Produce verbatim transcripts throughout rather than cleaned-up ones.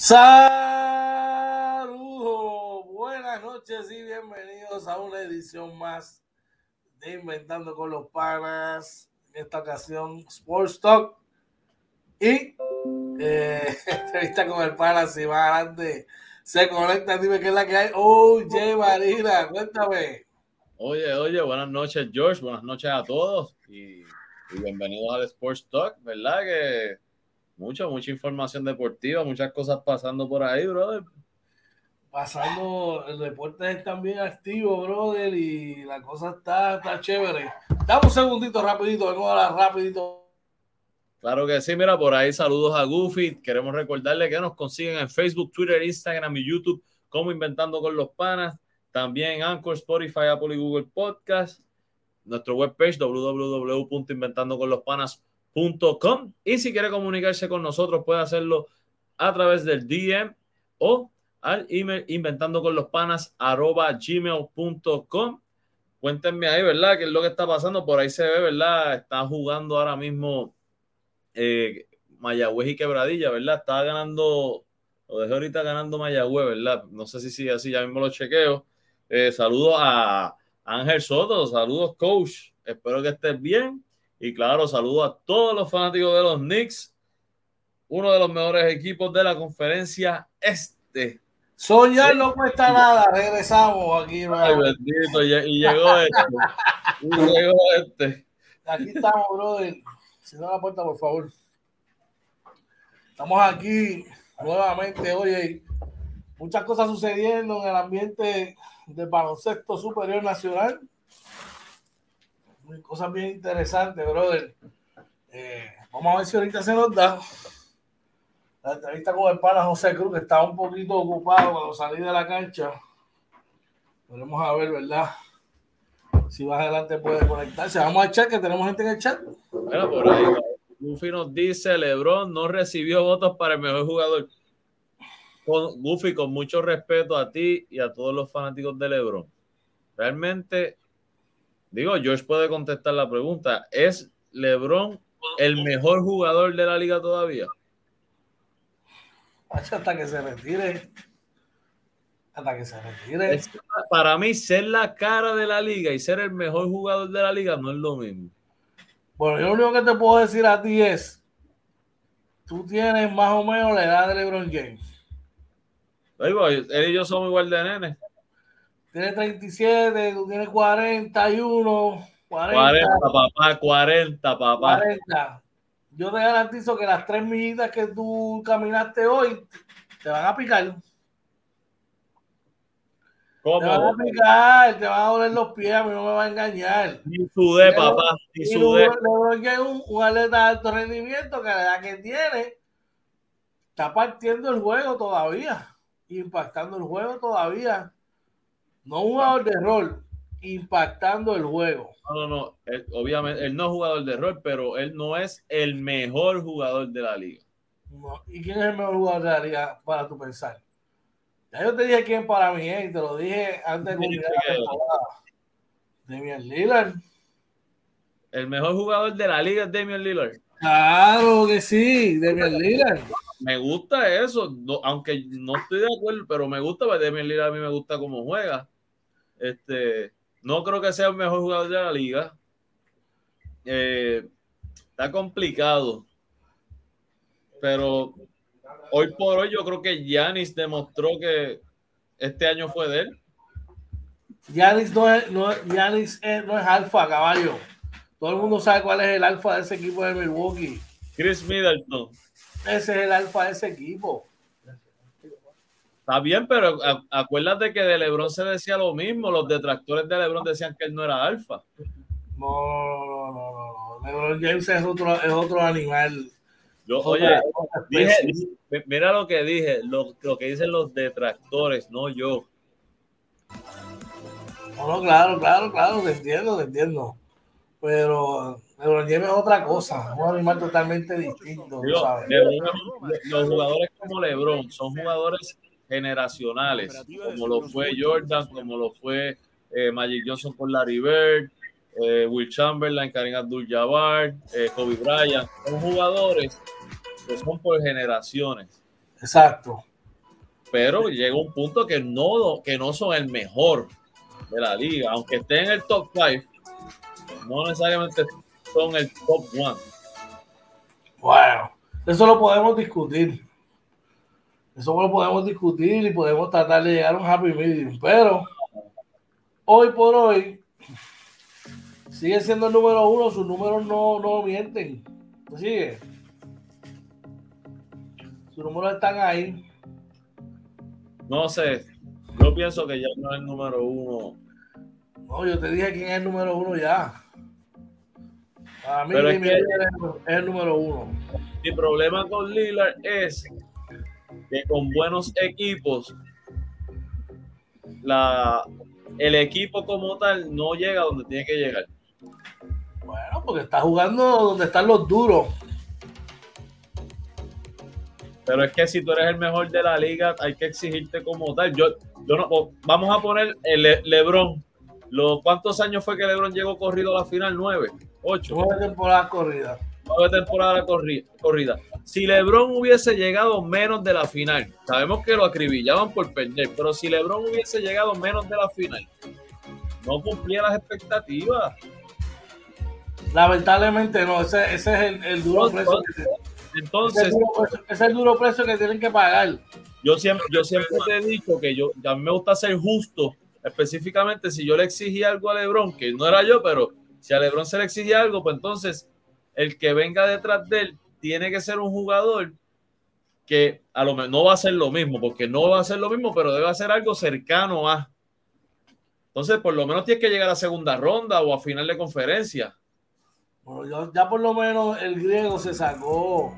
Saludos, buenas noches y bienvenidos a una edición más de Inventando con los Panas. En esta ocasión, Sports Talk y eh, entrevista con el pana. Si más adelante se conecta, dime qué es la que hay. Oh, Jay Marina, cuéntame. Oye, oye, buenas noches, George. Buenas noches a todos y, y bienvenidos al Sports Talk, ¿verdad? Que mucha, mucha información deportiva, muchas cosas pasando por ahí, brother. Pasando, el deporte está bien activo, brother, y la cosa está, está chévere. Dame un segundito rapidito, vengo a hablar rapidito. Claro que sí, mira, por ahí saludos a Goofy. Queremos recordarle que nos consiguen en Facebook, Twitter, Instagram y YouTube como Inventando con los Panas. También en Anchor, Spotify, Apple y Google Podcast. Nuestro webpage doble u doble u doble u punto inventando con los panas punto com. Y si quiere comunicarse con nosotros, puede hacerlo a través del D M o al email inventando con los panas arroba gmail punto com. Cuéntenme ahí, ¿verdad? ¿Qué es lo que está pasando? Por ahí se ve, ¿verdad? Está jugando ahora mismo eh, Mayagüez y Quebradilla, ¿verdad? Está ganando, lo dejé ahorita ganando Mayagüez, ¿verdad? No sé si sigue así, ya mismo lo chequeo. Eh, saludos a Ángel Soto, saludos, coach. Espero que estés bien. Y claro, saludos a todos los fanáticos de los Knicks, uno de los mejores equipos de la conferencia este. Soñar no cuesta nada, regresamos aquí. Ay, bendito, y, y llegó este. Y llegó este. Aquí estamos, brother. Cierra la puerta, por favor. Estamos aquí nuevamente, oye, muchas cosas sucediendo en el ambiente del baloncesto superior nacional. Cosas bien interesantes, brother. Eh, vamos a ver si ahorita se nos da la entrevista con el pana José Cruz, que estaba un poquito ocupado cuando salí de la cancha. Veremos a ver, ¿verdad? Si más adelante puede conectarse. Vamos al chat, que tenemos gente en el chat. Bueno, por ahí, Goofy nos dice, LeBron no recibió votos para el mejor jugador. Con, Goofy, con mucho respeto a ti y a todos los fanáticos de LeBron. Realmente, digo, George puede contestar la pregunta. ¿Es LeBron el mejor jugador de la liga todavía? Hasta que se retire. Hasta que se retire. Es, para mí, ser la cara de la liga y ser el mejor jugador de la liga no es lo mismo. Bueno, yo lo único que te puedo decir a ti es, tú tienes más o menos la edad de LeBron James. Él y yo somos igual de nenes. Tiene treinta y siete, tú tienes cuarenta y uno, cuarenta, cuarenta, papá, cuarenta, papá. cuarenta. Yo te garantizo que las tres millitas que tú caminaste hoy te van a picar. ¿Cómo? Te van a picar, te van a doler los pies, a mí no me va a engañar. Ni sudé, papá, ni sudé. LeBron es un, un atleta de alto rendimiento que a la edad que tiene está partiendo el juego todavía, impactando el juego todavía. No un jugador de rol, impactando el juego. No, no, no. Él, obviamente, él no es jugador de rol, pero él no es el mejor jugador de la liga. No. ¿Y quién es el mejor jugador de la liga para tu pensar? Ya yo te dije quién para mí es, y te lo dije antes de culminar la temporada. Damian Lillard. El mejor jugador de la liga es Damian Lillard. Claro que sí, Damian Lillard. Me gusta eso, no, aunque no estoy de acuerdo, pero me gusta, porque Damian Lillard a mí me gusta cómo juega. Este, no creo que sea el mejor jugador de la liga. Eh, está complicado. Pero hoy por hoy yo creo que Giannis demostró que este año fue de él. Giannis no es, no, Giannis es, no es alfa, caballo. Todo el mundo sabe cuál es el alfa de ese equipo de Milwaukee. Chris Middleton. Ese es el alfa de ese equipo. Está bien, pero acuérdate que de LeBron se decía lo mismo. Los detractores de LeBron decían que él no era alfa. No, no, no, no, no. LeBron James es otro, es otro animal. Yo, oye, dije, mira lo que dije, lo, lo que dicen los detractores, no yo. No, no, claro, claro, claro, te entiendo, te entiendo. Pero LeBron James es otra cosa, es un animal totalmente distinto. Digo, ¿sabes? LeBron, los jugadores como LeBron son jugadores generacionales, como lo fue Jordan, como lo fue eh, Magic Johnson con Larry Bird, eh, Will Chamberlain, Kareem Abdul-Jabbar, eh, Kobe Bryant. Son jugadores que son por generaciones. Exacto. pero llega un punto que no, que no son el mejor de la liga, aunque estén en el top cinco, no necesariamente son el top uno. Bueno, eso lo podemos discutir. Eso lo podemos discutir y podemos tratar de llegar a un happy medium, pero hoy por hoy sigue siendo el número uno, sus números no, no mienten. ¿Sigue? Sus números están ahí. No sé, yo pienso que ya no es el número uno. No, yo te dije quién es el número uno ya. Para mí, Pero es, mi que, es el número uno. Mi problema con Lillard es que con buenos equipos, la, el equipo como tal no llega donde tiene que llegar. Bueno, porque está jugando donde están los duros. Pero es que si tú eres el mejor de la liga, hay que exigirte como tal. Yo, yo no, vamos a poner el Le, LeBron. Los, ¿Cuántos años fue que LeBron llegó corrido a la final? ¿Nueve? ¿Ocho? Nueve temporadas corridas. Nueve temporadas corrida. Si LeBron hubiese llegado menos de la final, sabemos que lo acribillaban por perder, pero si LeBron hubiese llegado menos de la final, no cumplía las expectativas. Lamentablemente no, ese, ese es el, el duro precio. Entonces, ese, es el duro, ese es el duro precio que tienen que pagar. Yo siempre, yo siempre te he dicho que yo, a mí me gusta ser justo, específicamente si yo le exigía algo a LeBron, que no era yo, pero si a LeBron se le exigía algo, pues entonces el que venga detrás de él tiene que ser un jugador que a lo mejor no va a hacer lo mismo, porque no va a hacer lo mismo, pero debe hacer algo cercano a. Entonces, por lo menos tienes que llegar a segunda ronda o a final de conferencia. Bueno, yo, ya por lo menos el griego se sacó,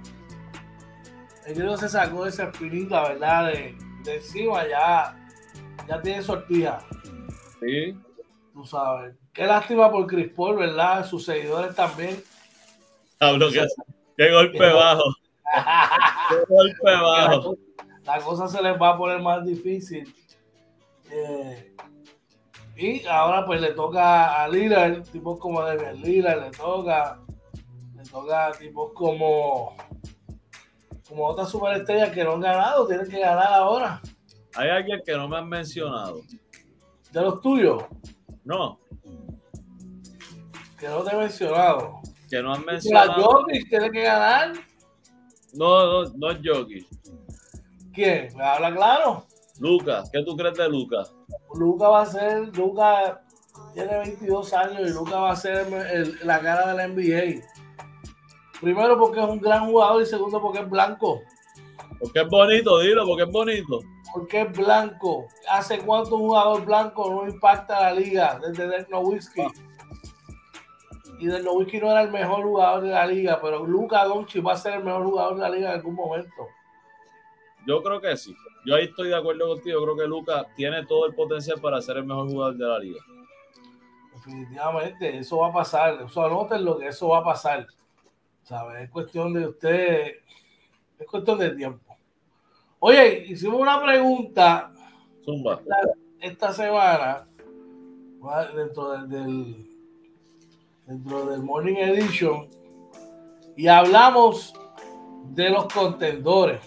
el griego se sacó esa espinita, ¿verdad? De, de encima ya, ya tiene sortija. Sí. Tú sabes. Qué lástima por Chris Paul, ¿verdad? Sus seguidores también. Hablo que qué golpe qué bajo. Qué golpe bajo. La, la cosa se les va a poner más difícil. Eh, y ahora pues le toca a Lillard, tipos como Damian Lillard, le toca, le toca a tipos como, como otras superestrellas que no han ganado, tienen que ganar ahora. Hay alguien que no me han mencionado. ¿De los tuyos? No. Que no te he mencionado. Que no han mencionado. ¿La Jokic tiene que ganar? No, no, no es Jokic. ¿Quién? ¿Me habla claro? Lucas, ¿qué tú crees de Lucas? Lucas va a ser, Lucas tiene veintidós años y Lucas va a ser el, el, la cara de la N B A. Primero porque es un gran jugador y segundo porque es blanco. Porque es bonito, dilo, porque es bonito. Porque es blanco. ¿Hace cuánto un jugador blanco no impacta la liga? Desde Dirk Nowitzki. Y Dirk Nowitzki no era el mejor jugador de la liga, pero Luka Doncic va a ser el mejor jugador de la liga en algún momento. Yo creo que sí. Yo ahí estoy de acuerdo contigo. Creo que Luka tiene todo el potencial para ser el mejor jugador de la liga. Definitivamente, eso va a pasar. Eso anótenlo que eso va a pasar. ¿Sabes? Es cuestión de usted, es cuestión de tiempo. Oye, hicimos una pregunta Zumba. esta, esta semana dentro del, del dentro del Morning Edition y hablamos de los contendores.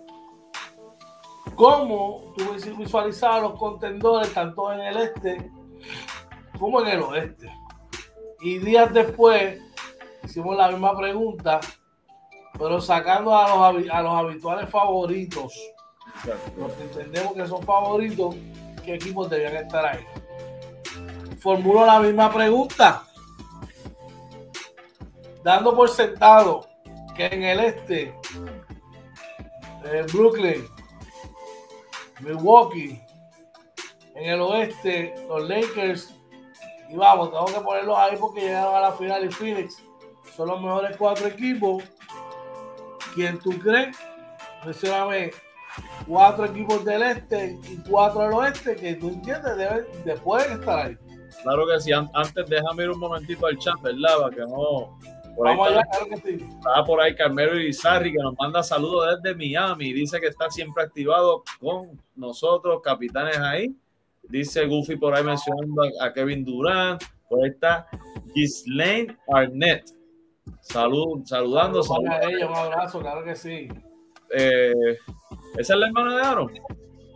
¿Cómo tú visualizabas los contendores tanto en el este como en el oeste? Y días después hicimos la misma pregunta, pero sacando a los, a los habituales favoritos, porque entendemos que son favoritos, ¿qué equipos debían estar ahí? Formulo la misma pregunta, dando por sentado que en el este, eh, Brooklyn, Milwaukee, en el oeste, los Lakers, y vamos, tengo que ponerlos ahí porque llegaron a la final y Phoenix son los mejores cuatro equipos. ¿Quién tú crees? Mencióname cuatro equipos del este y cuatro del oeste que tú entiendes deben, de pueden estar ahí. Claro que sí. Antes déjame ir un momentito al chat, ¿verdad? Para que no... Por Vamos allá, allá, claro que sí. Está por ahí Carmelo Irizarry, que nos manda saludos desde Miami. Dice que está siempre activado con nosotros, capitanes ahí. Dice Goofy por ahí mencionando a, a Kevin Durant. Por ahí está Ghislaine Arnett. Salud, saludando. Saludos a ella, un abrazo, claro que sí. Eh, ¿Esa es la hermana de Aaron?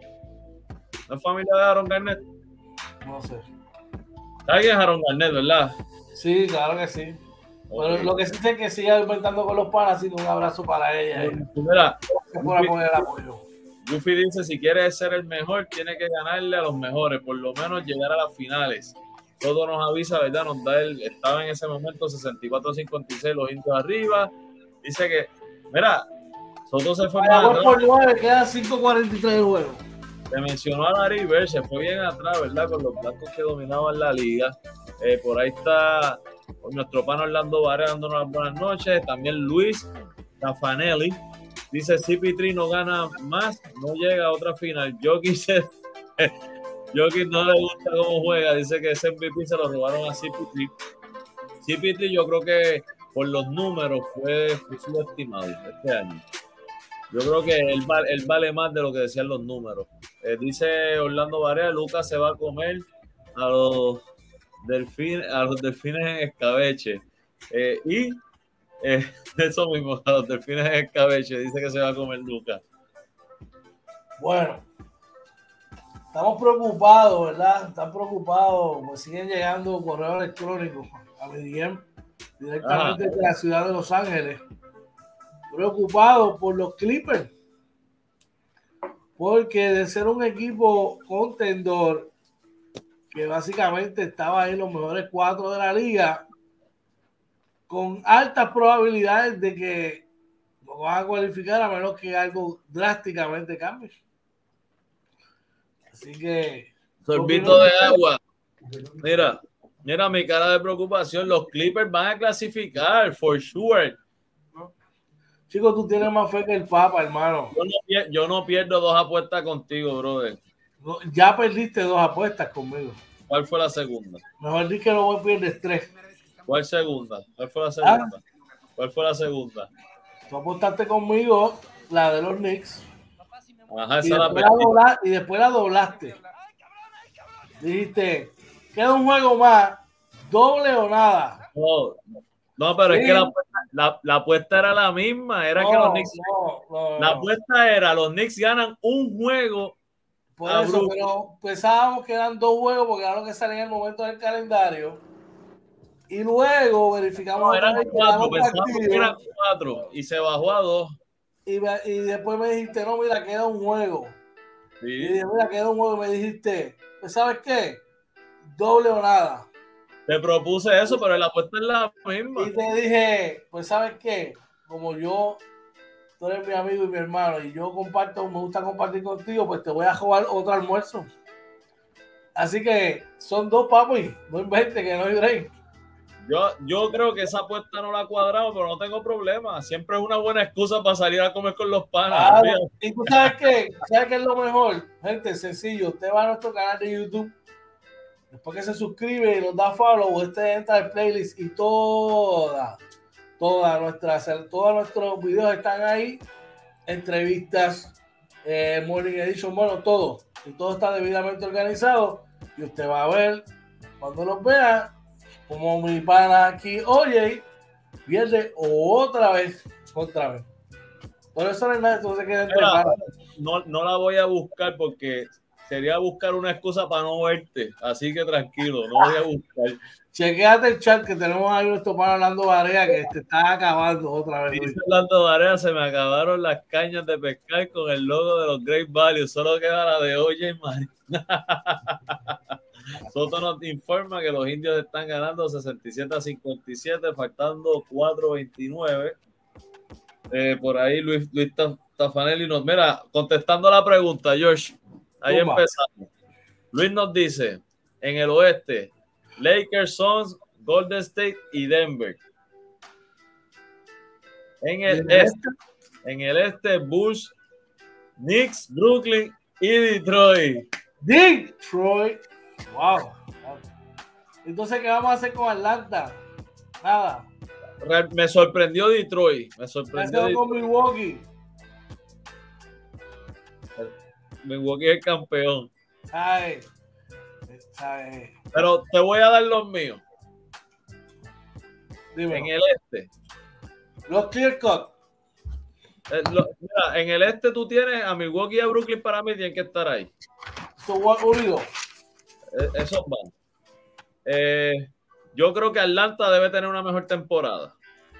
¿No es familia de Aaron Garnett? No sé. ¿Sabes quién es Aaron Garnett, verdad? Sí, claro que sí. Okay. Pero lo que sí sé es que siga inventando con los panas, haciendo un abrazo para ella. Mira, que pueda poner el apoyo. Goofy dice, si quieres ser el mejor, tiene que ganarle a los mejores, por lo menos llegar a las finales. Todo nos avisa, ¿verdad? Nos da el, estaba en ese momento sesenta y cuatro a cincuenta y seis, los indios arriba. Dice que, mira, Soto se fue más atrás. Por nueve, quedan cinco cuarenta y tres de juego. Se mencionó a Larry Bird, se fue bien atrás, ¿verdad? Con los blancos que dominaban la liga. Eh, por ahí está nuestro pan Orlando Varela dándonos las buenas noches. También Luis Tafanelli dice: C P tres no gana más, no llega a otra final. Jokic se... Jokic no le gusta cómo juega, dice que ese M V P se lo robaron a C P tres. C P tres yo creo que por los números fue, fue subestimado este año. Yo creo que él, él vale más de lo que decían los números. Eh, dice Orlando Varela, Lucas se va a comer a los delfines, a los delfines en escabeche. Eh, y eh, eso mismo, a los delfines en escabeche, dice que se va a comer Lucas. Bueno, estamos preocupados, ¿verdad? Están preocupados, pues siguen llegando correos electrónicos a mi D M directamente Ajá. de la ciudad de Los Ángeles. Preocupado por los Clippers, porque de ser un equipo contendor que básicamente estaba en los mejores cuatro de la liga, con altas probabilidades de que lo van a cualificar a menos que algo drásticamente cambie. Así que sorbito de agua. Mira, mira mi cara de preocupación. Los Clippers van a clasificar, for sure. Chicos, tú tienes más fe que el Papa, hermano. Yo no, yo no pierdo dos apuestas contigo, brother. No, ya perdiste dos apuestas conmigo. ¿Cuál fue la segunda? Mejor di que no pierdes tres. ¿Cuál segunda? ¿Cuál fue la segunda? ¿Ah? ¿Cuál fue la segunda? Tú apostaste conmigo la de los Knicks. Ajá, esa y, la después la dobla, y después la doblaste. Dijiste, queda un juego más, doble o nada. No, no pero sí. Es que la, la, la apuesta era la misma. Era no, que los Knicks. No, no, la apuesta era: los Knicks ganan un juego. Por eso, Brooklyn. Pero pensábamos que eran dos juegos porque era lo que salía en el momento del calendario. Y luego verificamos. No, eran cuatro, pensábamos que eran cuatro y se bajó a dos. Y, y después me dijiste, no, mira, queda un juego. Sí. Y dije, mira, queda un juego. Y me dijiste, pues, ¿sabes qué? Doble o nada. Te propuse eso, pero la apuesta es la misma. Y te dije, pues, ¿sabes qué? Como yo, tú eres mi amigo y mi hermano, y yo comparto, me gusta compartir contigo, pues te voy a jugar otro almuerzo. Así que son dos, papi. No inventes, que no hay break. Yo, yo creo que esa apuesta no la cuadrado, pero no tengo problema. Siempre es una buena excusa para salir a comer con los panas. Claro. Y tú sabes qué, ¿sabes qué es lo mejor? Gente, sencillo. Usted va a nuestro canal de YouTube. Después que se suscribe y nos da follow, usted entra al playlist y toda, toda nuestra, todos nuestros videos están ahí. Entrevistas, eh, Morning Edition, bueno, todo. Y todo está debidamente organizado. Y usted va a ver, cuando los vea, como mi pana aquí, oye, pierde otra vez, otra vez. Por eso no es nada, entonces queda entre Mira, no, no la voy a buscar porque sería buscar una excusa para no verte. Así que tranquilo, no voy a buscar. Chequéate el chat que tenemos ahí nuestro pana Orlando Varela que te está acabando otra vez. Dice Orlando Varela, se me acabaron las cañas de pescar con el logo de los Great Value. Solo queda la de Oye y Marina. Soto nos informa que los indios están ganando sesenta y siete a cincuenta y siete, faltando cuatro veintinueve. Eh, por ahí Luis, Luis Tafanelli nos... Mira, contestando la pregunta, George, ahí Toma. empezamos. Luis nos dice, en el oeste, Lakers, Suns, Golden State y Denver. En el este, este, en el este, Bulls, Knicks, Brooklyn y Detroit. Detroit. Wow. Entonces, ¿qué vamos a hacer con Atlanta? Nada. Me sorprendió Detroit. Me sorprendió Detroit. Con Milwaukee. Milwaukee es el campeón. Ay. Ay. Pero te voy a dar los míos. Dímelo. En el este. Los clear cut. Eh, lo, mira, en el este tú tienes a Milwaukee y a Brooklyn, para mí tienen que estar ahí. Sí, Son unidos. Esos van. Eh, yo creo que Atlanta debe tener una mejor temporada.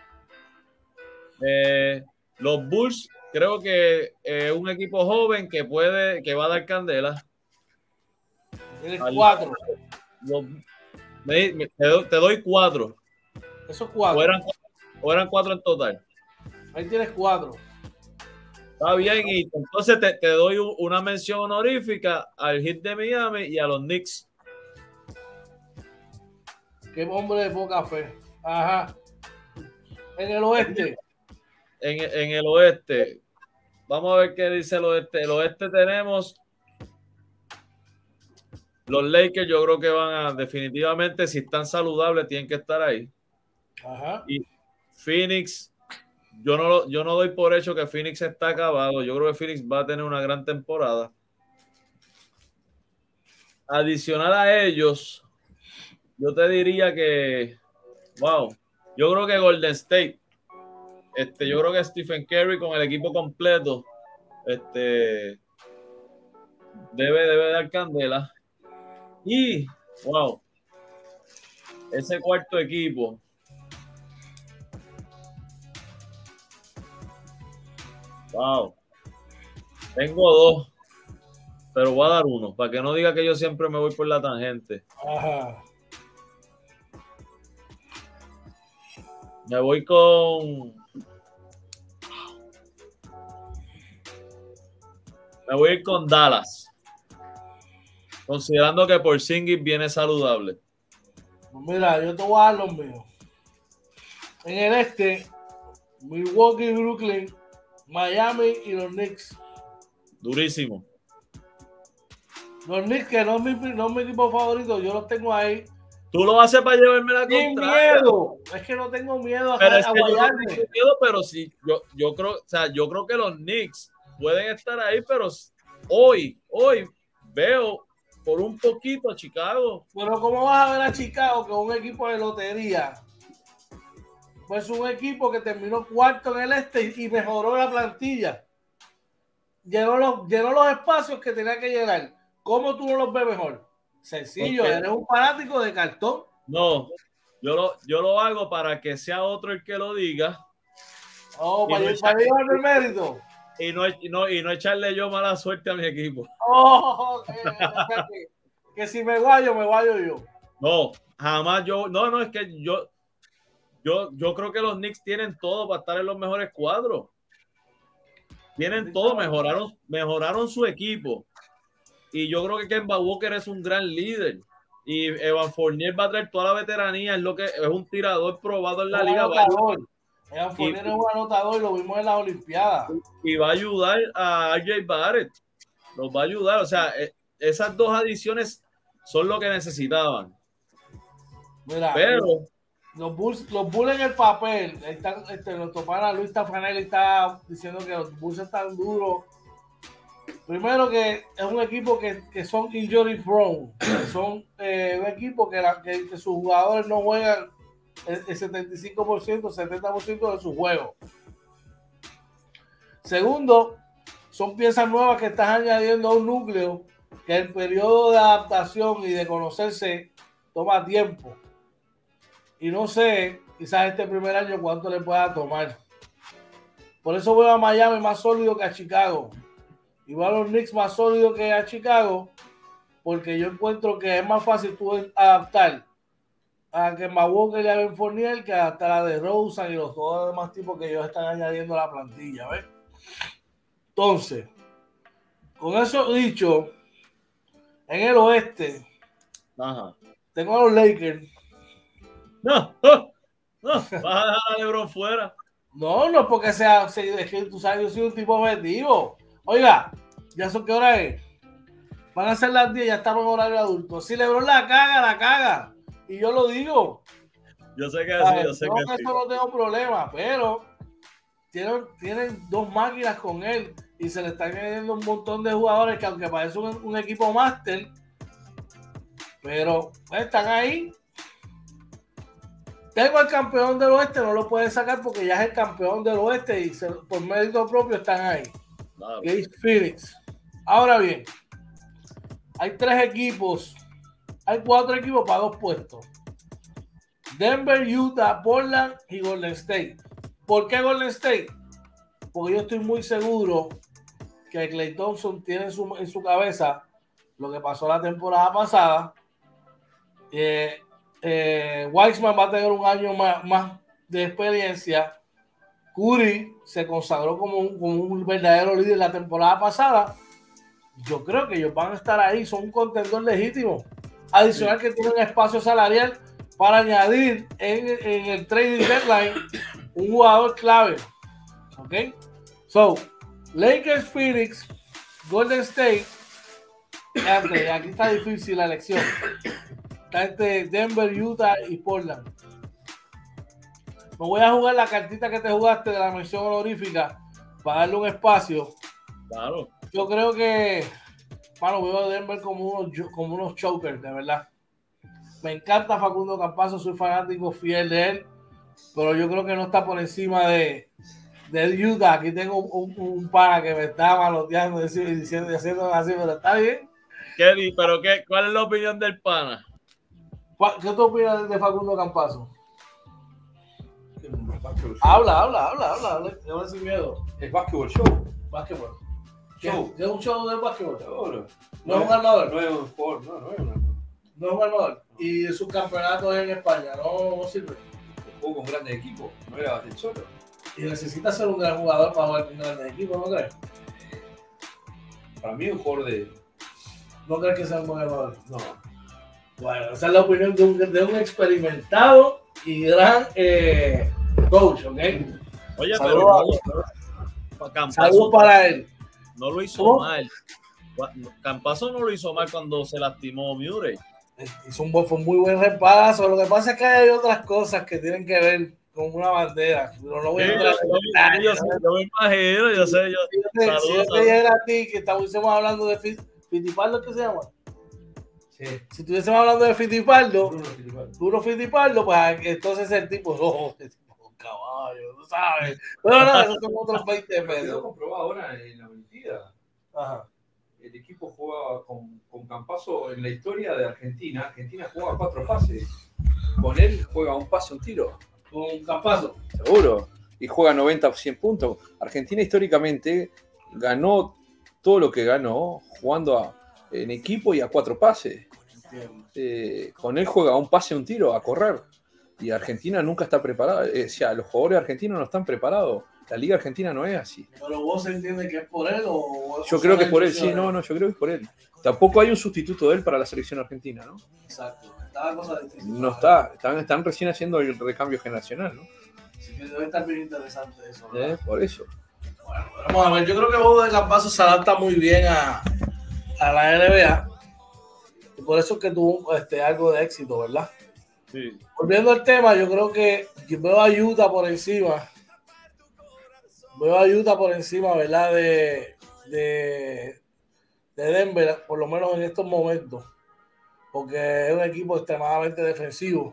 Eh, los Bulls, creo que es eh, un equipo joven que puede, que va a dar candela. Tienes cuatro. Los, me, me, te, doy, te doy cuatro. Esos cuatro. O eran, o eran cuatro en total. Ahí tienes cuatro. Está bien, y entonces te, te doy una mención honorífica al Heat de Miami y a los Knicks. Qué hombre de poca fe. Ajá. En el oeste. En, en el oeste. Vamos a ver qué dice el oeste. El oeste tenemos los Lakers. Yo creo que van a, definitivamente, si están saludables, tienen que estar ahí. Ajá. Y Phoenix, yo no, yo no doy por hecho que Phoenix está acabado. Yo creo que Phoenix va a tener una gran temporada. Adicional a ellos, yo te diría que, wow, yo creo que Golden State, este, yo creo que Stephen Curry con el equipo completo, este, debe, debe dar candela. Y, wow, ese cuarto equipo, wow, tengo dos, pero voy a dar uno, para que no diga que yo siempre me voy por la tangente. Ajá. Me voy con... Me voy a ir con Dallas. Considerando que Porzingis viene saludable. Mira, yo te voy a dar los míos. En el este, Milwaukee, Brooklyn, Miami y los Knicks. Durísimo. Los Knicks, que no es mi, no es mi equipo favorito, yo los tengo ahí. Tú lo haces para llevarme la Sin contraria. miedo. Es que no tengo miedo a, pero a, es a que yo no guayarme. tengo miedo, pero sí, yo, yo creo, o sea, yo creo que los Knicks pueden estar ahí, pero hoy, hoy veo por un poquito a Chicago. Pero ¿cómo vas a ver a Chicago, que es un equipo de lotería? Pues un equipo que terminó cuarto en el este y mejoró la plantilla. Llenó los, llenó los espacios que tenía que llenar. ¿Cómo tú no los ves mejor? Sencillo, Porque, eres un fanático de cartón. no, yo lo, yo lo hago para que sea otro el que lo diga. Oh, y para, no ir, para llevarme el mérito. Y no, y, no, y no echarle yo mala suerte a mi equipo. Oh, que, que, que si me guayo, me guayo yo. No, jamás yo. No, no, es que yo, yo, yo creo que los Knicks tienen todo para estar en los mejores cuadros. Tienen todo, mejoraron, mejoraron su equipo. Y yo creo que Kemba Walker es un gran líder. Y Evan Fournier va a traer toda la veteranía, es lo que es un tirador probado en la un liga. Anotador. Evan Fournier es un anotador y lo vimos en las Olimpiadas. Y va a ayudar a R J Barrett. Los va a ayudar. O sea, esas dos adiciones son lo que necesitaban. Mira, pero los Bulls, los Bulls en el papel, están, este, nuestro pana Luis Tafanelli está diciendo que los Bulls están duros. Primero que es un equipo que, que son injury prone, que son eh, un equipo que, la, que, que sus jugadores no juegan el, el setenta y cinco por ciento, setenta por ciento de su juego. Segundo, son piezas nuevas que estás añadiendo a un núcleo que el periodo de adaptación y de conocerse toma tiempo. Y no sé, quizás este primer año cuánto le pueda tomar. Por eso veo a Miami más sólido que a Chicago. Y veo a los Knicks más sólidos que a Chicago, porque yo encuentro que es más fácil tú adaptar a que Walker y a Ben Fournier que adaptar a DeRozan y los todos los demás tipos que ellos están añadiendo a la plantilla, ¿ves? Entonces, con eso dicho, en el oeste, ajá. tengo a los Lakers. No, no, no, vas a dejar a LeBron fuera. No, no es porque sea, es que tú sabes, yo soy un tipo objetivo. Oiga, ya son qué hora es. Van a ser las diez, ya estamos en horario adulto. Si LeBron la caga, la caga. Y yo lo digo. Yo sé que sí, yo sé no, que, que sí. eso no tengo problema, pero tienen, tienen dos máquinas con él y se le están añadiendo un montón de jugadores que aunque parece un, un equipo máster, pero están ahí. Tengo el campeón del oeste, no lo puede sacar porque ya es el campeón del oeste y se, por mérito propio están ahí. Claro. Que es Phoenix. Ahora bien, hay tres equipos, hay cuatro equipos para dos puestos. Denver, Utah, Portland y Golden State. ¿Por qué Golden State? Porque yo estoy muy seguro que Klay Thompson tiene en su, en su cabeza lo que pasó la temporada pasada. Eh, eh, Wiseman va a tener un año más, más de experiencia. Curry se consagró como un, como un verdadero líder la temporada pasada. Yo creo que ellos van a estar ahí, son un contendor legítimo. Adicional sí. que tienen espacio salarial para añadir en, en el trading deadline un jugador clave. ¿Ok? So, Lakers, Phoenix, Golden State. Entre, aquí está difícil la elección. Está entre Denver, Utah y Portland. Me voy a jugar la cartita que te jugaste de la mención honorífica para darle un espacio. Claro. Yo creo que, bueno, veo a Denver como unos, como unos chokers, de verdad. Me encanta Facundo Campazzo, soy fanático fiel de él, pero yo creo que no está por encima de, de Utah. Aquí tengo un, un pana que me está maloteando y diciendo y haciendo así, pero está bien. Kevin, pero qué, ¿cuál es la opinión del pana? ¿Qué tú opinas de Facundo Campazzo? Habla, habla, habla, habla, habla, habla sin miedo. Es básquetbol show. Básquetbol. Show. ¿Es un show de básquetbol? No, no. No es un armador. No es un sport, no, no es un armador. No es un armador. Y sus campeonatos en España, no, no sirve. Jugó con grandes equipos, no era el solo. Y necesita ser un gran jugador para jugar con grandes equipos, ¿no crees? Para mí es un jugador de... ¿No crees que sea un buen armador? No. Bueno, esa es la opinión de un, de un experimentado y gran eh, coach, ¿ok? Oye, Saludos pero Campazzo, Salud para él. No lo hizo ¿Cómo? mal. Campazzo no lo hizo mal cuando se lastimó Murray. Hizo un, fue un muy buen repaso. Lo que pasa es que hay otras cosas que tienen que ver con una bandera. Pero no voy a entrar en detalles. Yo, yo, yo me imagino, yo sé. Yo, si yo te, saludos, si yo te dijera a ti que estuviésemos hablando de Fittipaldo, ¿qué se llama? Sí. Si estuviésemos hablando de Fittipaldo, Bruno Fittipaldo, Bruno Fittipaldo, pues entonces el tipo, oh, el tipo un caballo, ¿tú sabes? Pero no, esos son otros veinte Quedó pesos. comprobado ahora en la Olimpiada. Ajá. El equipo juega con, con Campazzo en la historia de Argentina. Argentina juega cuatro pases. Con él juega un pase, un tiro. Con Campazzo. Seguro. Y juega noventa o cien puntos. Argentina históricamente ganó todo lo que ganó jugando a, en equipo y a cuatro pases. Eh, con él juega un pase, un tiro, a correr. Y Argentina nunca está preparada. Eh, o sea, los jugadores argentinos no están preparados. La liga argentina no es así. ¿Pero vos entiendes que es por él o...? Yo creo que es por él, sí, no, no, yo creo que es por él. Tampoco hay un sustituto de él para la selección argentina, ¿no? Exacto. Está la cosa difícil. No está, están, están recién haciendo el recambio generacional, ¿no? Así que debe estar bien interesante eso, ¿verdad? Eh, por eso. Bueno, vamos a ver, yo creo que el juego de Campazzo se adapta muy bien a, a la N B A. Y por eso es que tuvo este, algo de éxito, ¿verdad? Sí. Volviendo al tema, yo creo que yo veo a Utah por encima. Veo a Utah por encima, ¿verdad? De, de, de Denver, por lo menos en estos momentos. Porque es un equipo extremadamente defensivo.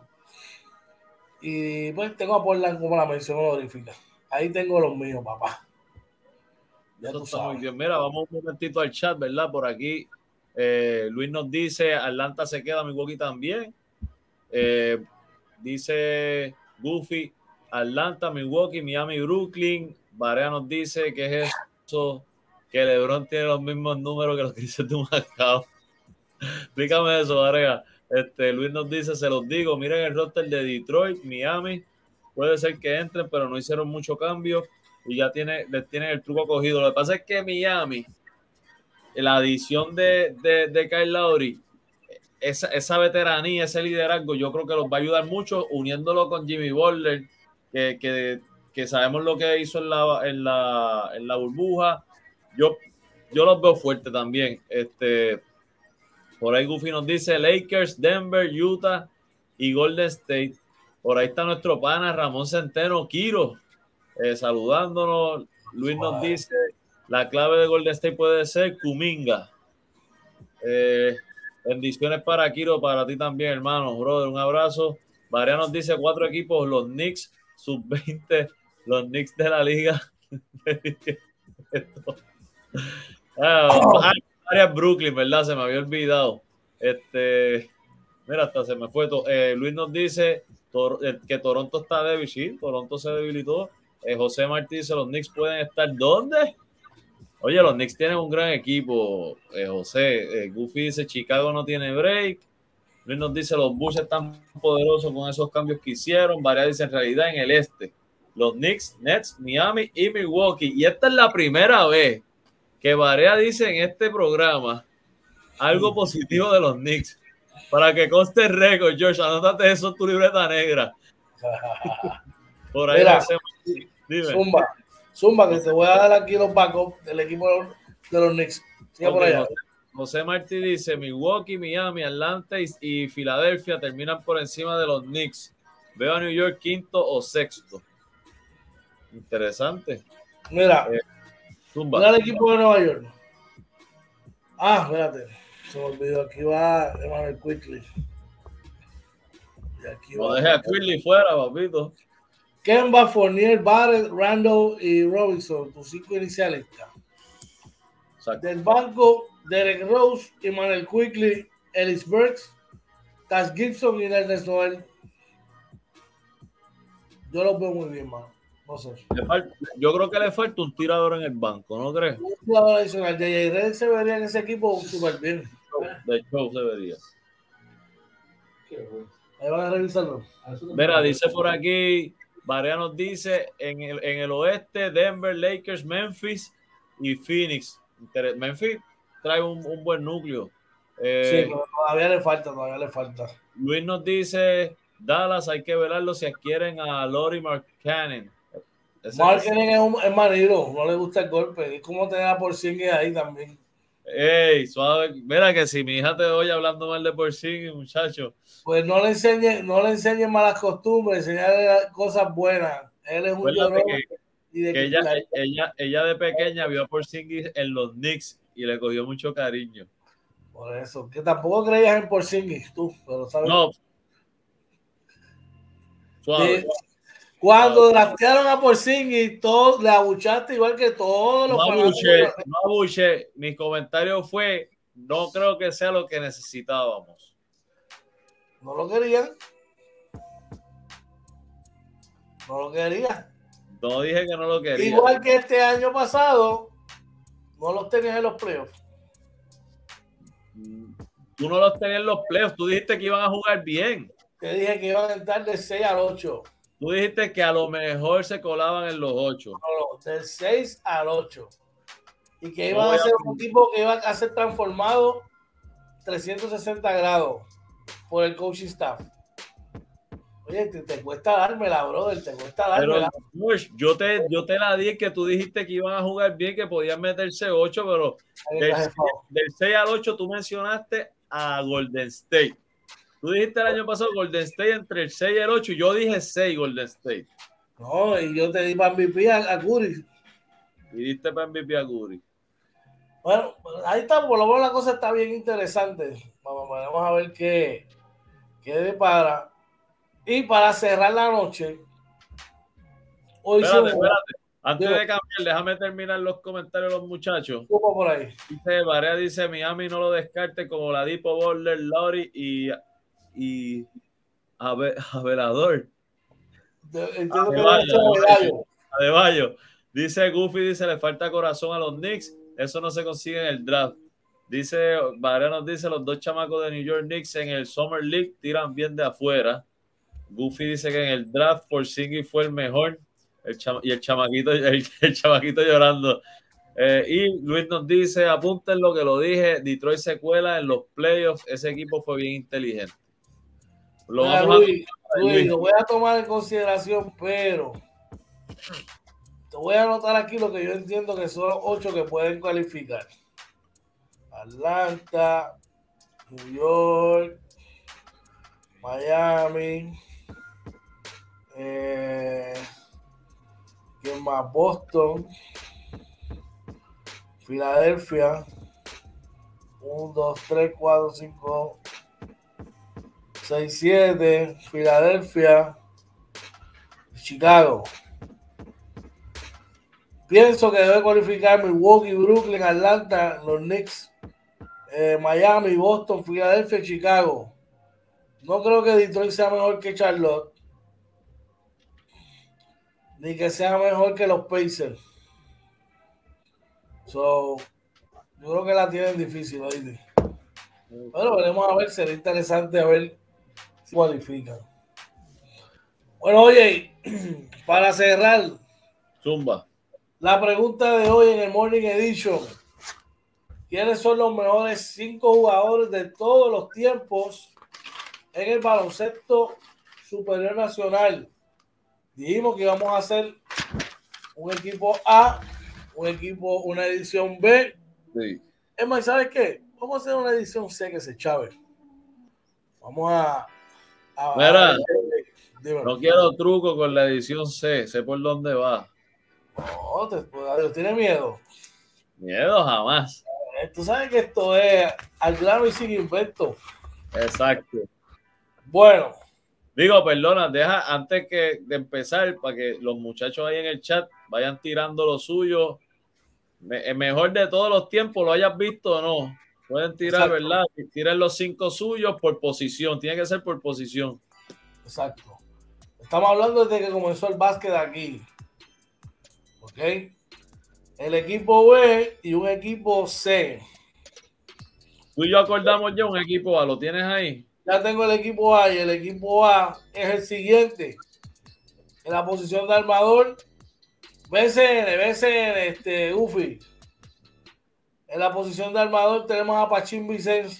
Y pues tengo a Portland como la mención honorífica. Ahí tengo los míos, papá. Ya Eso tú está sabes. muy bien. Mira, vamos un momentito al chat, ¿verdad? Por aquí eh, Luis nos dice, Atlanta se queda, Milwaukee también. Eh, dice Goofy, Atlanta, Milwaukee, Miami, Brooklyn. Barea nos dice que es eso, que LeBron tiene los mismos números que los Grises de Macao. Explícame eso, Barea. Este, Luis nos dice, se los digo, miren el roster de Detroit, Miami, puede ser que entren, pero no hicieron mucho cambio y ya tiene, les tienen el truco cogido. Lo que pasa es que Miami, la adición de, de, de Kyle Lowry, esa, esa veteranía, ese liderazgo, yo creo que los va a ayudar mucho uniéndolo con Jimmy Butler, que, que, que sabemos lo que hizo en la, en la, en la burbuja. Yo, yo los veo fuertes también. Este, por ahí Goofy nos dice Lakers, Denver, Utah y Golden State. Por ahí está nuestro pana Ramón Centeno, Quiro, eh, saludándonos. Luis nos dice la clave de Golden State puede ser Kuminga. Eh, bendiciones para Quiro, para ti también, hermano, brother, un abrazo. Barea nos dice cuatro equipos, los Knicks sub veinte, los Knicks de la liga. ah, hay varias es Brooklyn, ¿verdad? Se me había olvidado. Este, mira, hasta se me fue. Eh, Luis nos dice tor eh, que Toronto está débil. Sí, Toronto se debilitó. Eh, José Martí dice, los Knicks pueden estar ¿dónde? Oye, los Knicks tienen un gran equipo, eh, José. Eh, Goofy dice, Chicago no tiene break. Luis nos dice, los Bulls están poderosos con esos cambios que hicieron. Varias dice, en realidad, en el este, los Knicks, Nets, Miami y Milwaukee. Y esta es la primera vez que Barea dice en este programa algo positivo de los Knicks. Para que conste el récord, George, anótate eso en tu libreta negra. Por ahí Mira, dime. Zumba, Zumba, que te voy a dar aquí los backups del equipo de los Knicks. Sigue Okay, por allá. José, José Martí dice, Milwaukee, Miami, Atlanta y, y Filadelfia terminan por encima de los Knicks. Veo a New York quinto o sexto. Interesante. Mira, eh, Zumba. mira el equipo de Nueva York. Ah, espérate. Se me olvidó. Aquí va Emmanuel Quickley. Y aquí No va deje a Quickley fuera, papito. Kemba, Fournier, Barrett, Randall y Robinson, tus cinco inicialistas. Exacto. Del banco, Derek Rose, Emmanuel Quickley, Ellis Burks, Taz Gibson y Ernest Noel. Yo los veo muy bien, mano. No sé. Le falta, yo creo que le falta un tirador en el banco, ¿no crees? Un jugador adicional. J J Redick se vería en ese equipo súper bien. De hecho, se vería. Ahí van a revisarlo. Mira, dice por aquí, Barea nos dice, en el, en el oeste, Denver, Lakers, Memphis y Phoenix. Memphis trae un, un buen núcleo. Eh, Sí, pero todavía le falta, todavía le falta. Luis nos dice, Dallas hay que velarlo si adquieren a Lauri Markkanen. Markkanen es un es manero, no le gusta el golpe. Es como tener a Porzingis ahí también. Ey, suave. Mira que si mi hija te oye hablando mal de Porzingis, muchacho. Pues no le enseñe, no le enseñe malas costumbres, enseñarle cosas buenas. Él es un llorón. Que, y de que ella, ella, ella de pequeña vio a Porzingis en los Knicks y le cogió mucho cariño. Por eso, que tampoco creías en Porzingis tú, pero sabes. No. Suave. Sí. Cuando draftearon a Porzingis, todos le abuchaste igual que todos los no abuché, no abuché. Mi comentario fue, no creo que sea lo que necesitábamos. No lo querían. No lo querían. No dije que no lo quería. Igual que este año pasado, no los tenías en los playoffs. Tú no los tenías en los playoffs. Tú dijiste que iban a jugar bien. Te dije que iban a entrar de seis al ocho. Tú dijiste que a lo mejor se colaban en los ocho. No, no, del seis al ocho. Y que iban no a ser a... un equipo que iba a ser transformado trescientos sesenta grados por el coaching staff. Oye, te, te cuesta dármela, brother, te cuesta dármela. Pero, George, yo te, yo te la di que tú dijiste que iban a jugar bien, que podían meterse ocho, pero del, del seis al ocho tú mencionaste a Golden State. Tú dijiste el año pasado Golden State entre el seis y el ocho, y yo dije seis Golden State. No, y yo te di para M V P a, a Curry. Y diste para M V P a Curry. Bueno, ahí está, por lo menos la cosa está bien interesante. Vamos, vamos a ver qué, qué depara. Y para cerrar la noche, hoy espérate, espérate. Antes de cambiar, déjame terminar los comentarios de los muchachos. ¿Cómo por ahí? Dice, Barea dice, Miami no lo descarte como la Dipo, Butler, Lauri y, y Avelador. Entiendo que Adebayo. Adebayo. Dice Goofy, dice, le falta corazón a los Knicks. Eso no se consigue en el draft. Dice, Barea nos dice, los dos chamacos de New York Knicks en el Summer League tiran bien de afuera. Goofy dice que en el draft Porzingis fue el mejor. El chama, y el chamaquito, el, el chamaquito llorando. Eh, y Luis nos dice, apunten lo que lo dije, Detroit se cuela en los playoffs, ese equipo fue bien inteligente. Lo Mira, vamos Luis, a... Luis, lo voy a tomar en consideración, pero te voy a anotar aquí lo que yo entiendo que son los ocho que pueden calificar. Atlanta, New York, Miami, eh, ¿quién más? Boston, Filadelfia, uno, dos, tres, cuatro, cinco, seis, siete, Filadelfia, Chicago. Pienso que debe cualificar Milwaukee, Brooklyn, Atlanta, los Knicks eh, Miami, Boston, Filadelfia, Chicago. No creo que Detroit sea mejor que Charlotte, ni que sea mejor que los Pacers. So, yo creo que la tienen difícil, ¿oíste? Pero veremos a ver, será interesante a ver si cualifican. Bueno, oye, para cerrar, Zumba. La pregunta de hoy en el Morning Edition: ¿quiénes son los mejores cinco jugadores de todos los tiempos en el baloncesto superior nacional? Dijimos que íbamos a hacer un equipo A, un equipo, una edición B. Sí. Es más, ¿sabes qué? Vamos a hacer una edición C que se chave. Vamos a... a, Mira, a no quiero truco con la edición C, sé por dónde va. No, te, pues, ¿tiene miedo? Miedo jamás. Tú sabes que esto es al grano y sin invento. Exacto. Bueno. Digo, perdona, deja antes que de empezar para que los muchachos ahí en el chat vayan tirando lo suyo. Me, mejor de todos los tiempos, lo hayas visto o no. Pueden tirar, exacto, ¿verdad? Tiren los cinco suyos por posición. Tiene que ser por posición. Exacto. Estamos hablando desde que comenzó el básquet aquí. ¿Ok? El equipo B y un equipo C. Tú y yo acordamos ya un equipo A. ¿Lo tienes ahí? Ya tengo el equipo A y el equipo A es el siguiente. En la posición de armador, B C N, B C N, este, Ufi. En la posición de armador tenemos a Pachín Vicens.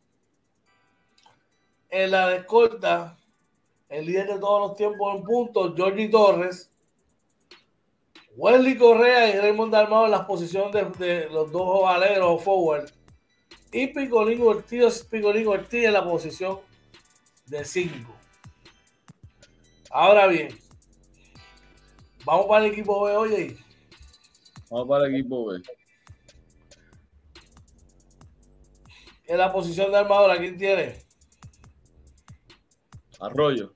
En la de escolta, el líder de todos los tiempos en puntos, Jordi Torres. Wesley Correa y Raymond Dalmau en las posiciones de, de los dos aleros o forward. Y Picolín Ortiz, Picolín Ortiz en la posición de cinco. Ahora bien, vamos para el equipo B, oye. Vamos para el equipo B. En la posición de armadora, ¿quién tiene? Arroyo.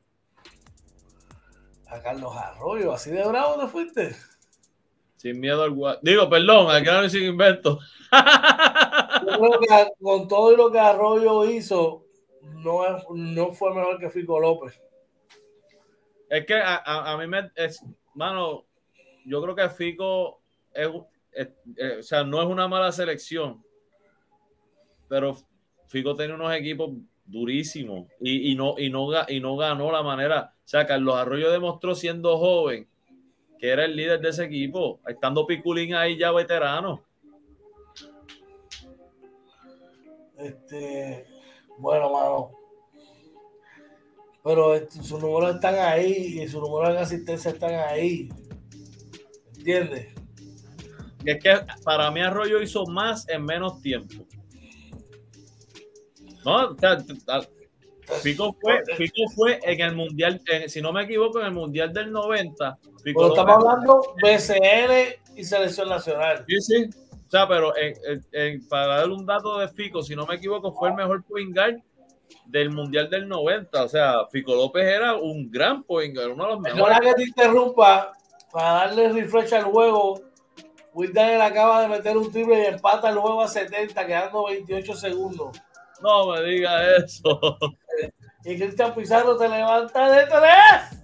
A Carlos Arroyo, así de bravo te fuiste. Sin miedo al gua... Digo, perdón, al grano y sin invento. Yo creo que con todo lo que Arroyo hizo, no, es, no fue mejor que Fico López. Es que a, a, a mí me... Es, mano, yo creo que Fico es, es, es, o sea, no es una mala selección, pero Fico tiene unos equipos durísimos y, y, no, y, no, y no ganó la manera. O sea, Carlos Arroyo demostró siendo joven que era el líder de ese equipo, estando Piculín ahí ya veterano. Este, bueno, mano. Pero este, sus números están ahí y sus números en asistencia están ahí. ¿Entiendes? Es que para mí Arroyo hizo más en menos tiempo. No, o sea, Fico fue, Fico fue en el mundial, en, si no me equivoco, en el mundial del noventa. Fico pero estamos hablando B C N y selección nacional. Sí, sí. O sea, pero en, en, en, para dar un dato de Fico, si no me equivoco, fue el mejor point guard del mundial del noventa. O sea, Fico López era un gran point guard, uno de los mejores. No la que te interrumpa, para darle refresh al juego, Will Daniel acaba de meter un triple y empata el juego a setenta, quedando veintiocho segundos. No me diga eso. Y Cristian Pizarro te levanta de tres.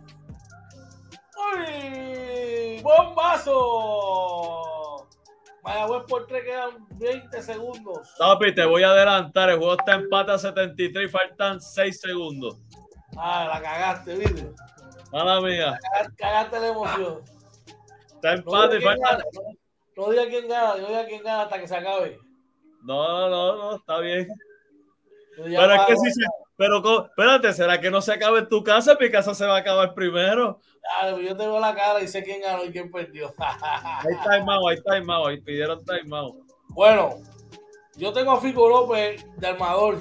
¡Uy! ¡Bombazo! Mayagüez por tres, quedan veinte segundos. Papi, te voy a adelantar. El juego está empate a setenta y tres y faltan seis segundos. Ah, la cagaste, ¿viste? Mala mía. Cagaste, cagaste la emoción. Está empate no y faltan. No, no diga quién gana, no diga quién gana hasta que se acabe. No, no, no, está bien. Pero, pero es que sí se. Pero, espérate, ¿será que no se acaba en tu casa? Mi casa se va a acabar primero. Claro, yo tengo la cara y sé quién ganó y quién perdió. Ahí timeout, ahí timeout, ahí pidieron timeout. Bueno, yo tengo a Fico López de armador.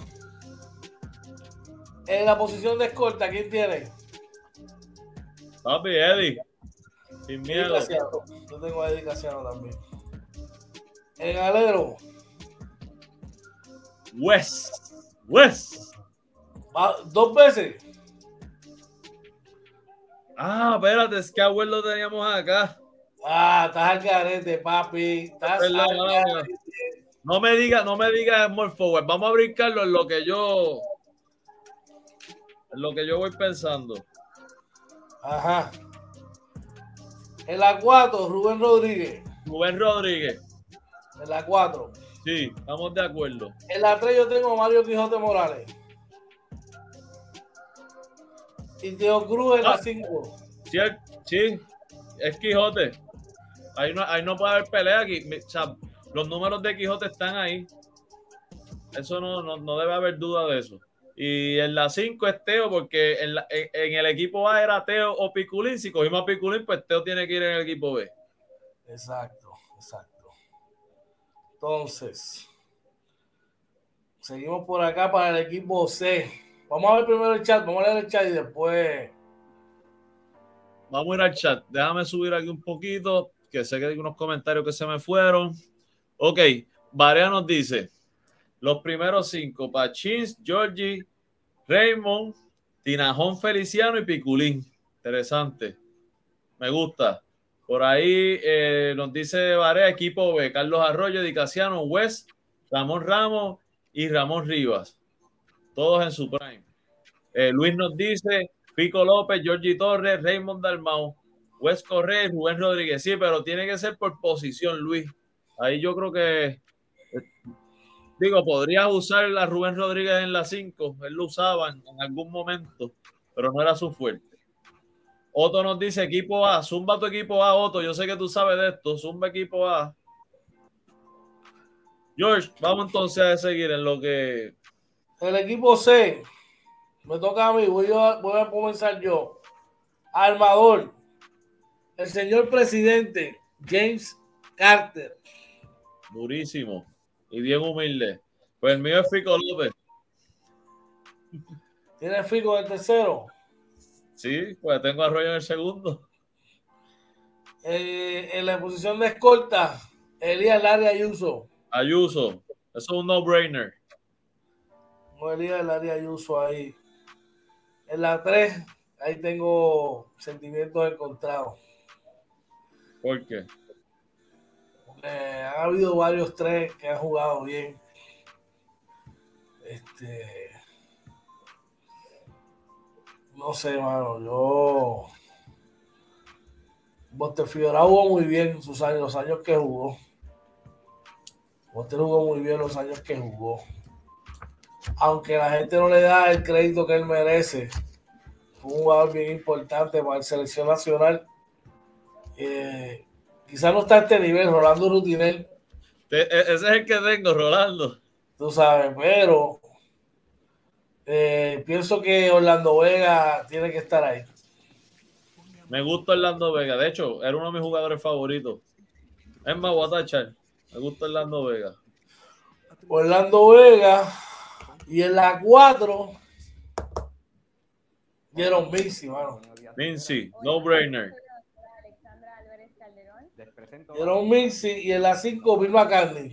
En la posición de escolta, ¿quién tiene? Papi, Eddie. Sin miedo. Yo tengo a Eddie Casiano también. En alero. West. West. Dos veces. Ah, espérate, es que a West lo teníamos acá. Ah, estás al garete, papi. Estás al garete. No me diga, no me diga small forward. Vamos a brincarlo en lo que yo, en lo que yo voy pensando. Ajá. En la cuatro, Rubén Rodríguez. Rubén Rodríguez. En la cuatro. Sí, estamos de acuerdo. En la tres yo tengo a Mario Quijote Morales. Y Teo Cruz en ah, la cinco. Sí, sí, es Quijote. Ahí no, ahí no puede haber pelea aquí. O sea, los números de Quijote están ahí. Eso no, no, no debe haber duda de eso. Y en la cinco es Teo, porque en, la, en, en el equipo A era Teo o Piculín. Si cogimos a Piculín, pues Teo tiene que ir en el equipo B. Exacto, exacto. Entonces, seguimos por acá para el equipo C. Vamos a ver primero el chat, vamos a leer el chat y después. Vamos a ir al chat. Déjame subir aquí un poquito, que sé que hay unos comentarios que se me fueron. Ok, Varea nos dice: los primeros cinco, Pachins, Georgie, Raymond, Tinajón Feliciano y Piculín. Interesante. Me gusta. Por ahí eh, nos dice Varea, equipo B, Carlos Arroyo, Dicasiano, West, Ramón Ramos y Ramón Rivas. Todos en su prime. Eh, Luis nos dice Pico López, Georgie Torres, Raymond Dalmau, West Correa y Rubén Rodríguez. Sí, pero tiene que ser por posición, Luis. Ahí yo creo que eh, digo, podrías usar a Rubén Rodríguez en la cinco. Él lo usaba en, en algún momento, pero no era su fuerte. Otto nos dice equipo A, zumba tu equipo A, Otto. Yo sé que tú sabes de esto. Zumba equipo A. George, vamos entonces a seguir en lo que... El equipo C. Me toca a mí. Voy a, voy a comenzar yo. Armador. El señor presidente James Carter. Durísimo. Y bien humilde. Pues el mío es Fico López. ¿Tiene Fico en el tercero? Sí, pues tengo a Arroyo en el segundo. Eh, en la posición de escolta, Elías Larry Ayuso. Ayuso. Eso es un no-brainer. No, Elías Larry Ayuso ahí. En la tres, ahí tengo sentimientos encontrados. ¿Por qué? Eh, ha habido varios tres que han jugado bien. Este... No sé, mano, yo... Montefiora jugó muy bien sus años, los años que jugó. Monter jugó muy bien los años que jugó. Aunque la gente no le da el crédito que él merece, fue un jugador bien importante para la selección nacional. Eh, quizás no está a este nivel, Rolando Rutinel. Ese es el que tengo, Rolando. Tú sabes, pero... Eh, pienso que Orlando Vega tiene que estar ahí. Me gusta Orlando Vega. De hecho, era uno de mis jugadores favoritos. Es más, voy a tachar. Me gusta Orlando Vega. Orlando Vega. Y en la cuatro, dieron Mincy, mano. Mincy, no brainer. Dieron Mincy. Y en la cinco, Bill McCartney.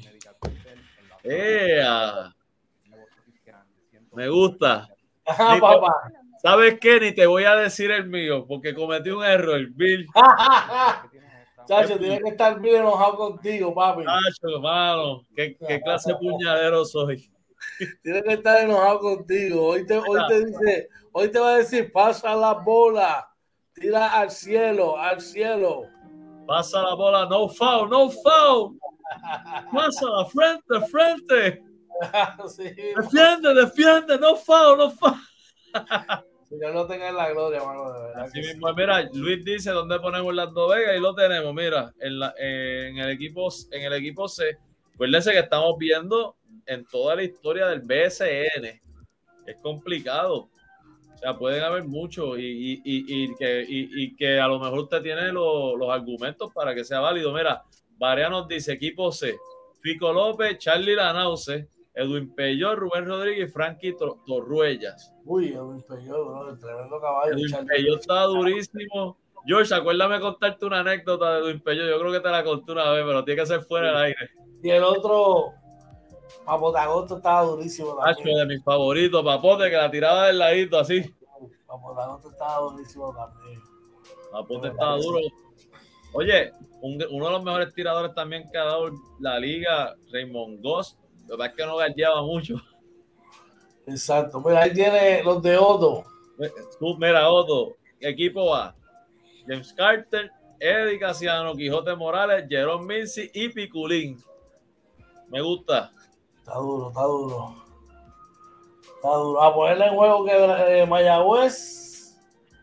¡Ea! Me gusta. Ajá, papá. ¿Sabes qué? Ni te voy a decir el mío, porque cometí un error, Bill. Chacho, tiene que estar bien enojado contigo, papi. Chacho, hermano, ¿qué, qué clase de puñadero soy? Tiene que estar enojado contigo. Hoy te, hoy te dice, hoy te va a decir, pasa la bola, tira al cielo, al cielo. Pasa la bola, no foul, no foul. Pasa la frente, frente. Sí, defiende, defiende, no foul, no foul. Señor, no tenga la gloria, mano, de verdad. Así mismo, sí. Mira, Luis dice dónde ponemos Orlando Vega y lo tenemos, mira, en, la, en, el equipo, en el equipo C. Acuérdense que estamos viendo en toda la historia del B S N. Es complicado. O sea, pueden haber muchos y, y, y, y, que, y, y que a lo mejor usted tiene los, los argumentos para que sea válido. Mira, Varea nos dice equipo C. Fico López, Charlie Lanause, Edwin Peyot, Rubén Rodríguez y Frankie Torruellas. Uy, Edwin Peyot, bro, el tremendo caballo. Edwin Peyot está durísimo. George, acuérdame contarte una anécdota de Edwin Peyot. Yo creo que te la conté una vez, pero tiene que ser fuera del aire. Y el otro, Papote Agosto, estaba durísimo también. De mis favoritos, Papote, que la tiraba del ladito así. Papote Agosto estaba durísimo también. Papote estaba duro. Oye, un, uno de los mejores tiradores también que ha dado la liga, Raymond Goss. Lo que pasa es que no galleaba mucho. Exacto. Mira, ahí tiene los de Otto. Tú, mira, Otto, equipo A. James Carter, Eddie Casiano, Quijote Morales, Jerome Mills y Piculín. Me gusta. Está duro, está duro. Está duro. A ponerle en juego que eh, Mayagüez.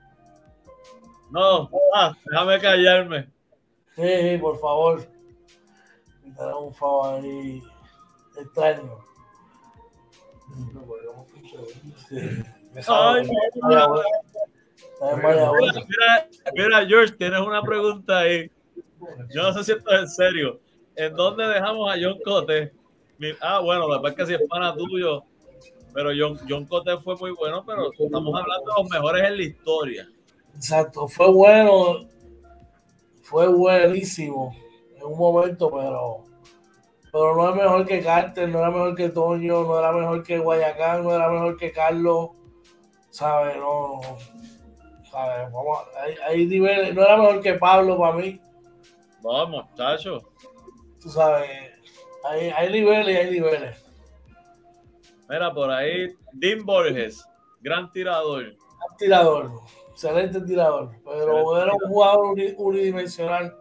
No, ah, déjame callarme. Sí, sí, por favor. Me dará un favor ahí extraño. Sí. Ay, mira, mira, mira, mira, George, tienes una pregunta ahí. Yo no sé si esto es en serio. ¿En dónde dejamos a John Cote? Ah, bueno, la verdad es que si es pana tuyo, pero John, John Cote fue muy bueno, pero estamos hablando de los mejores en la historia. Exacto, fue bueno, fue buenísimo en un momento, pero, pero no es mejor que Carter, no era mejor que Toño, no era mejor que Guayacán, no era mejor que Carlos, ¿sabes? No, ¿sabes? Vamos, hay, hay niveles, no era mejor que Pablo para mí. Vamos, muchachos. Tú sabes, hay, hay niveles y hay niveles. Mira, por ahí, Dean Borges, gran tirador. Gran tirador, excelente tirador, pero excelente era un jugador unidimensional.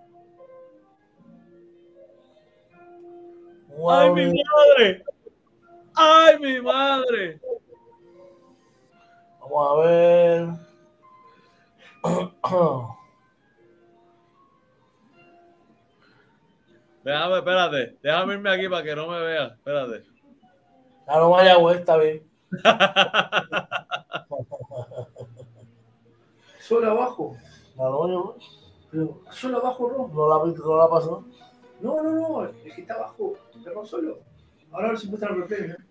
Un ¡Ay, mi madre! ¡Ay, mi madre! Vamos a ver. Déjame, espérate, déjame irme aquí para que no me vean. Espérate. Ya no vaya, güey, está bien. Solo abajo. La no, Pero solo abajo no. No la, no la pasó. No, no, no. El que está abajo. Pero solo. Ahora a ver si muestra el replay, ¿eh?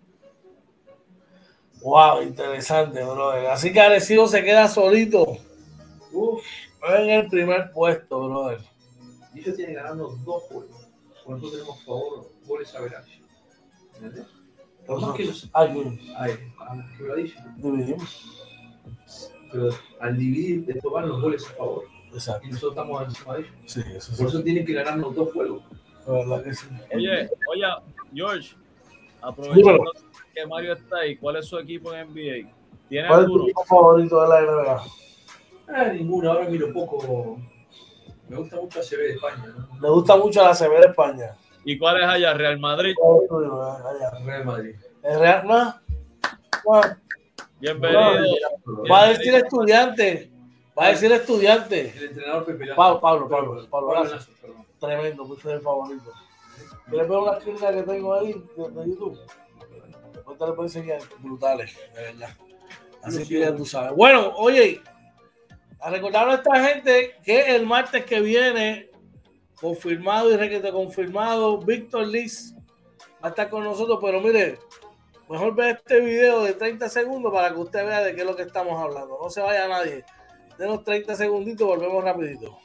Wow, interesante, brother. Así que Arecibo se queda solito. Uf. En el primer puesto, brother. Y ellos tienen ganando dos juegos. Por nosotros tenemos favor goles a verage. ¿Entendés? Por más que los. Aquí. Ahí, quebradillo. Dividimos. Pero al dividir, después van los goles a favor. Exacto. Y nosotros estamos encima de ellos. Sí, eso sí. Por eso tienen que ganarnos dos juegos. La verdad que sí. Oye, oye, George, aprovechando sí, que Mario está ahí, ¿cuál es su equipo en N B A? ¿Tiene ¿Cuál alguno? es tu equipo favorito de la N B A? Ah, ninguno, ahora miro poco. Me gusta mucho A C B de España, ¿no? Me gusta mucho la A C B de España. ¿Y cuál es allá? ¿Real Madrid? Allá. Real Madrid. ¿El Real Madrid? Bueno, bienvenido. No, va a decir estudiante. Va a decir estudiante. El entrenador Pepe Lazo. Pablo, Pablo, Pablo. Pablo, Pablo Lazo, perdón. Tremendo, pues es el favorito. ¿Quieres ver una clínica que tengo ahí de, de YouTube? Después te lo puedo enseñar. Brutales, de verdad. Así que ya tú sabes. Bueno, oye, a recordar a esta gente que el martes que viene, confirmado y requete confirmado, Víctor Liz va a estar con nosotros, pero mire, mejor ve este video de treinta segundos para que usted vea de qué es lo que estamos hablando. No se vaya nadie. Denos treinta segunditos, volvemos rapidito.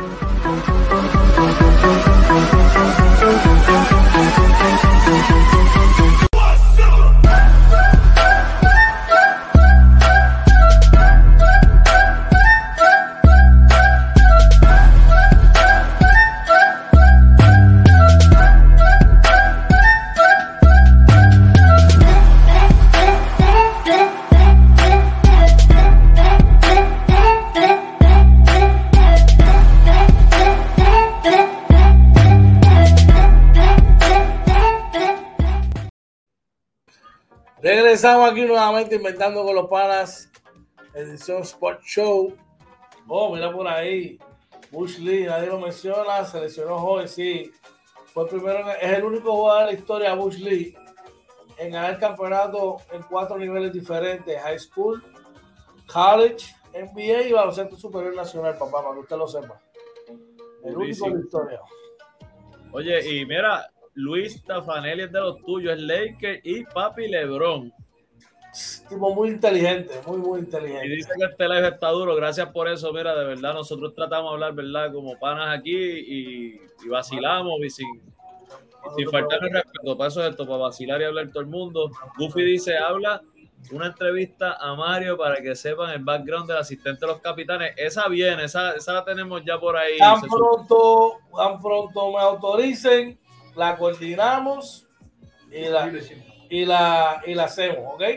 Regresamos aquí nuevamente inventando con los panas, edición Sport Show. Oh, mira por ahí, Bush Lee, nadie lo menciona, seleccionó joven, sí. Fue el primero, es el único jugador de la historia, Bush Lee, en ganar campeonato en cuatro niveles diferentes: high school, college, N B A y baloncesto superior nacional, papá, para que usted lo sepa. El único de la historia. Oye, y mira, Luis Tafanelli es de los tuyos, es Laker y papi LeBron. Tipo muy inteligente, muy, muy inteligente. Y dice que este live está duro, gracias por eso. Mira, de verdad, nosotros tratamos de hablar, ¿verdad? Como panas aquí y, y vacilamos y sin, y sin faltarle respeto. Para eso es esto, para vacilar y hablar todo el mundo. Goofy dice, habla una entrevista a Mario para que sepan el background del asistente de los capitanes. Esa viene, esa, esa la tenemos ya por ahí. Tan pronto, tan pronto me autoricen, la coordinamos y la, y la, y la hacemos, ¿ok?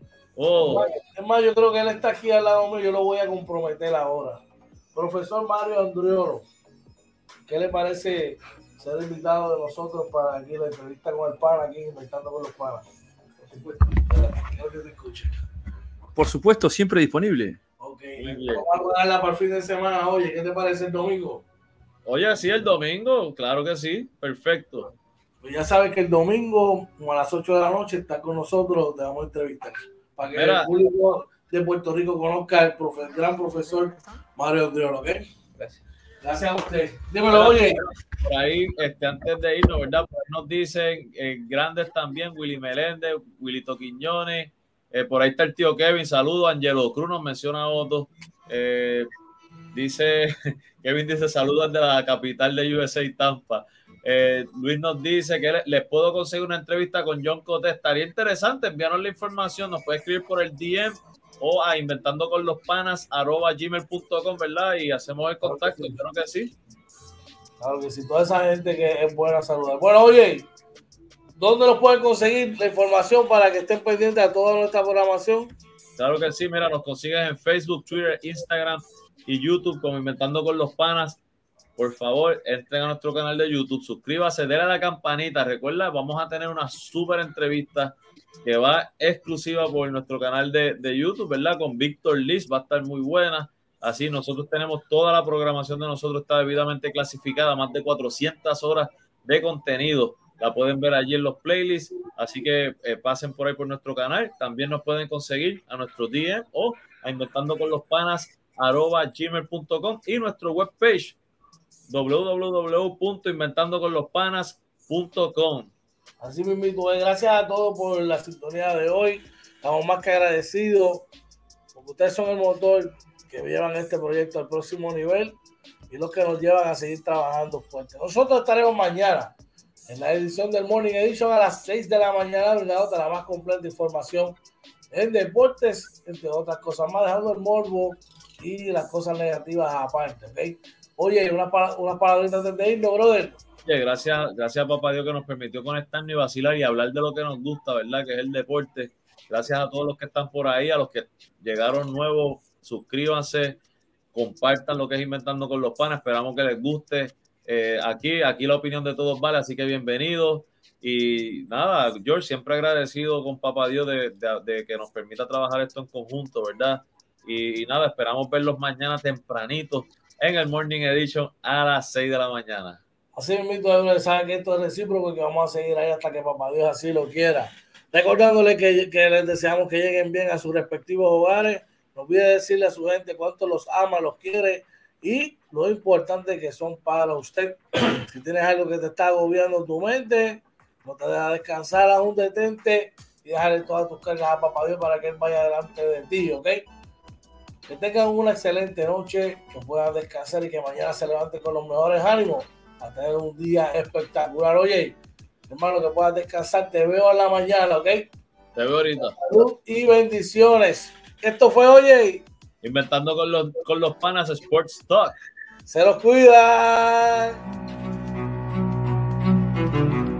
Oh. Es más, yo creo que él está aquí al lado mío, yo lo voy a comprometer ahora. Profesor Mario Andriolo, ¿qué le parece ser invitado de nosotros para aquí la entrevista con el pana, aquí Inventando con los Panas? Por supuesto. Quiero que te escuche. Por supuesto, siempre disponible. Ok, vamos a guardarla para el fin de semana. Oye, ¿qué te parece el domingo? Oye, sí, el domingo, claro que sí, perfecto. Pues ya sabes que el domingo, como a las ocho de la noche, está con nosotros, te vamos a entrevistar. Para que Mira, el público de Puerto Rico conozca al profe, gran profesor Mario Andriolo, ¿ok? Gracias. Gracias a usted. Dímelo, oye. Por ahí, este, antes de irnos, ¿verdad? Por ahí nos dicen eh, grandes también, Willy Meléndez, Wilito Quiñones, eh, por ahí está el tío Kevin, saludos, Angelo Cruz nos menciona a otros. Eh, dice, Kevin dice, saludos de la capital de U S A, Tampa. Eh, Luis nos dice que les puedo conseguir una entrevista con John Coté. Estaría interesante, envíanos la información, nos puede escribir por el D M o a inventando con los panas arroba gmail punto com, ¿verdad? Y hacemos el contacto, claro que sí. Claro que sí, toda esa gente que es buena saludar. Bueno, oye, ¿dónde nos pueden conseguir la información para que estén pendientes a toda nuestra programación? Claro que sí, mira, nos consigues en Facebook, Twitter, Instagram y YouTube como Inventando con los Panas. Por favor, entren a nuestro canal de YouTube, suscríbase, denle a la campanita. Recuerda, vamos a tener una súper entrevista que va exclusiva por nuestro canal de, de YouTube, ¿verdad? Con Víctor Liz, va a estar muy buena. Así, nosotros tenemos toda la programación de nosotros, está debidamente clasificada, más de cuatrocientas horas de contenido. La pueden ver allí en los playlists, así que eh, pasen por ahí por nuestro canal. También nos pueden conseguir a nuestro D M o a inventando con los panas arroba gmail punto com y nuestro webpage w w w punto inventando con los panas punto com. Así mismo, gracias a todos por la sintonía de hoy. Estamos más que agradecidos porque ustedes son el motor que llevan este proyecto al próximo nivel y los que nos llevan a seguir trabajando fuerte. Nosotros estaremos mañana en la edición del Morning Edition a las seis de la mañana, brindándote la más completa información en deportes, entre otras cosas más, dejando el morbo y las cosas negativas aparte, ¿ok? Oye, unas una palabritas antes de irnos, brother. Oye, gracias, gracias a papá Dios que nos permitió conectarnos y vacilar y hablar de lo que nos gusta, ¿verdad? Que es el deporte. Gracias a todos los que están por ahí, a los que llegaron nuevos, suscríbanse, compartan lo que es Inventando con los Panas, esperamos que les guste. Eh, aquí, aquí la opinión de todos vale, así que bienvenidos. Y nada, George, siempre agradecido con papá Dios de, de, de que nos permita trabajar esto en conjunto, ¿verdad? Y, y nada, esperamos verlos mañana tempranito en el Morning Edition a las seis de la mañana. Así mismo, saben que esto es recíproco y que vamos a seguir ahí hasta que papá Dios así lo quiera. Recordándoles que, que les deseamos que lleguen bien a sus respectivos hogares. No olvide decirle a su gente cuánto los ama, los quiere y lo importante que son para usted. Si tienes algo que te está agobiando tu mente, no te deja descansar, aún detente y déjale todas tus cargas a papá Dios para que él vaya delante de ti, ¿ok? Que tengan una excelente noche, que puedan descansar y que mañana se levanten con los mejores ánimos a tener un día espectacular. Oye, hermano, que puedas descansar. Te veo a la mañana, ¿ok? Te veo ahorita. Salud y bendiciones. Esto fue, oye, Inventando con los, con los Panas Sports Talk. Se los cuida.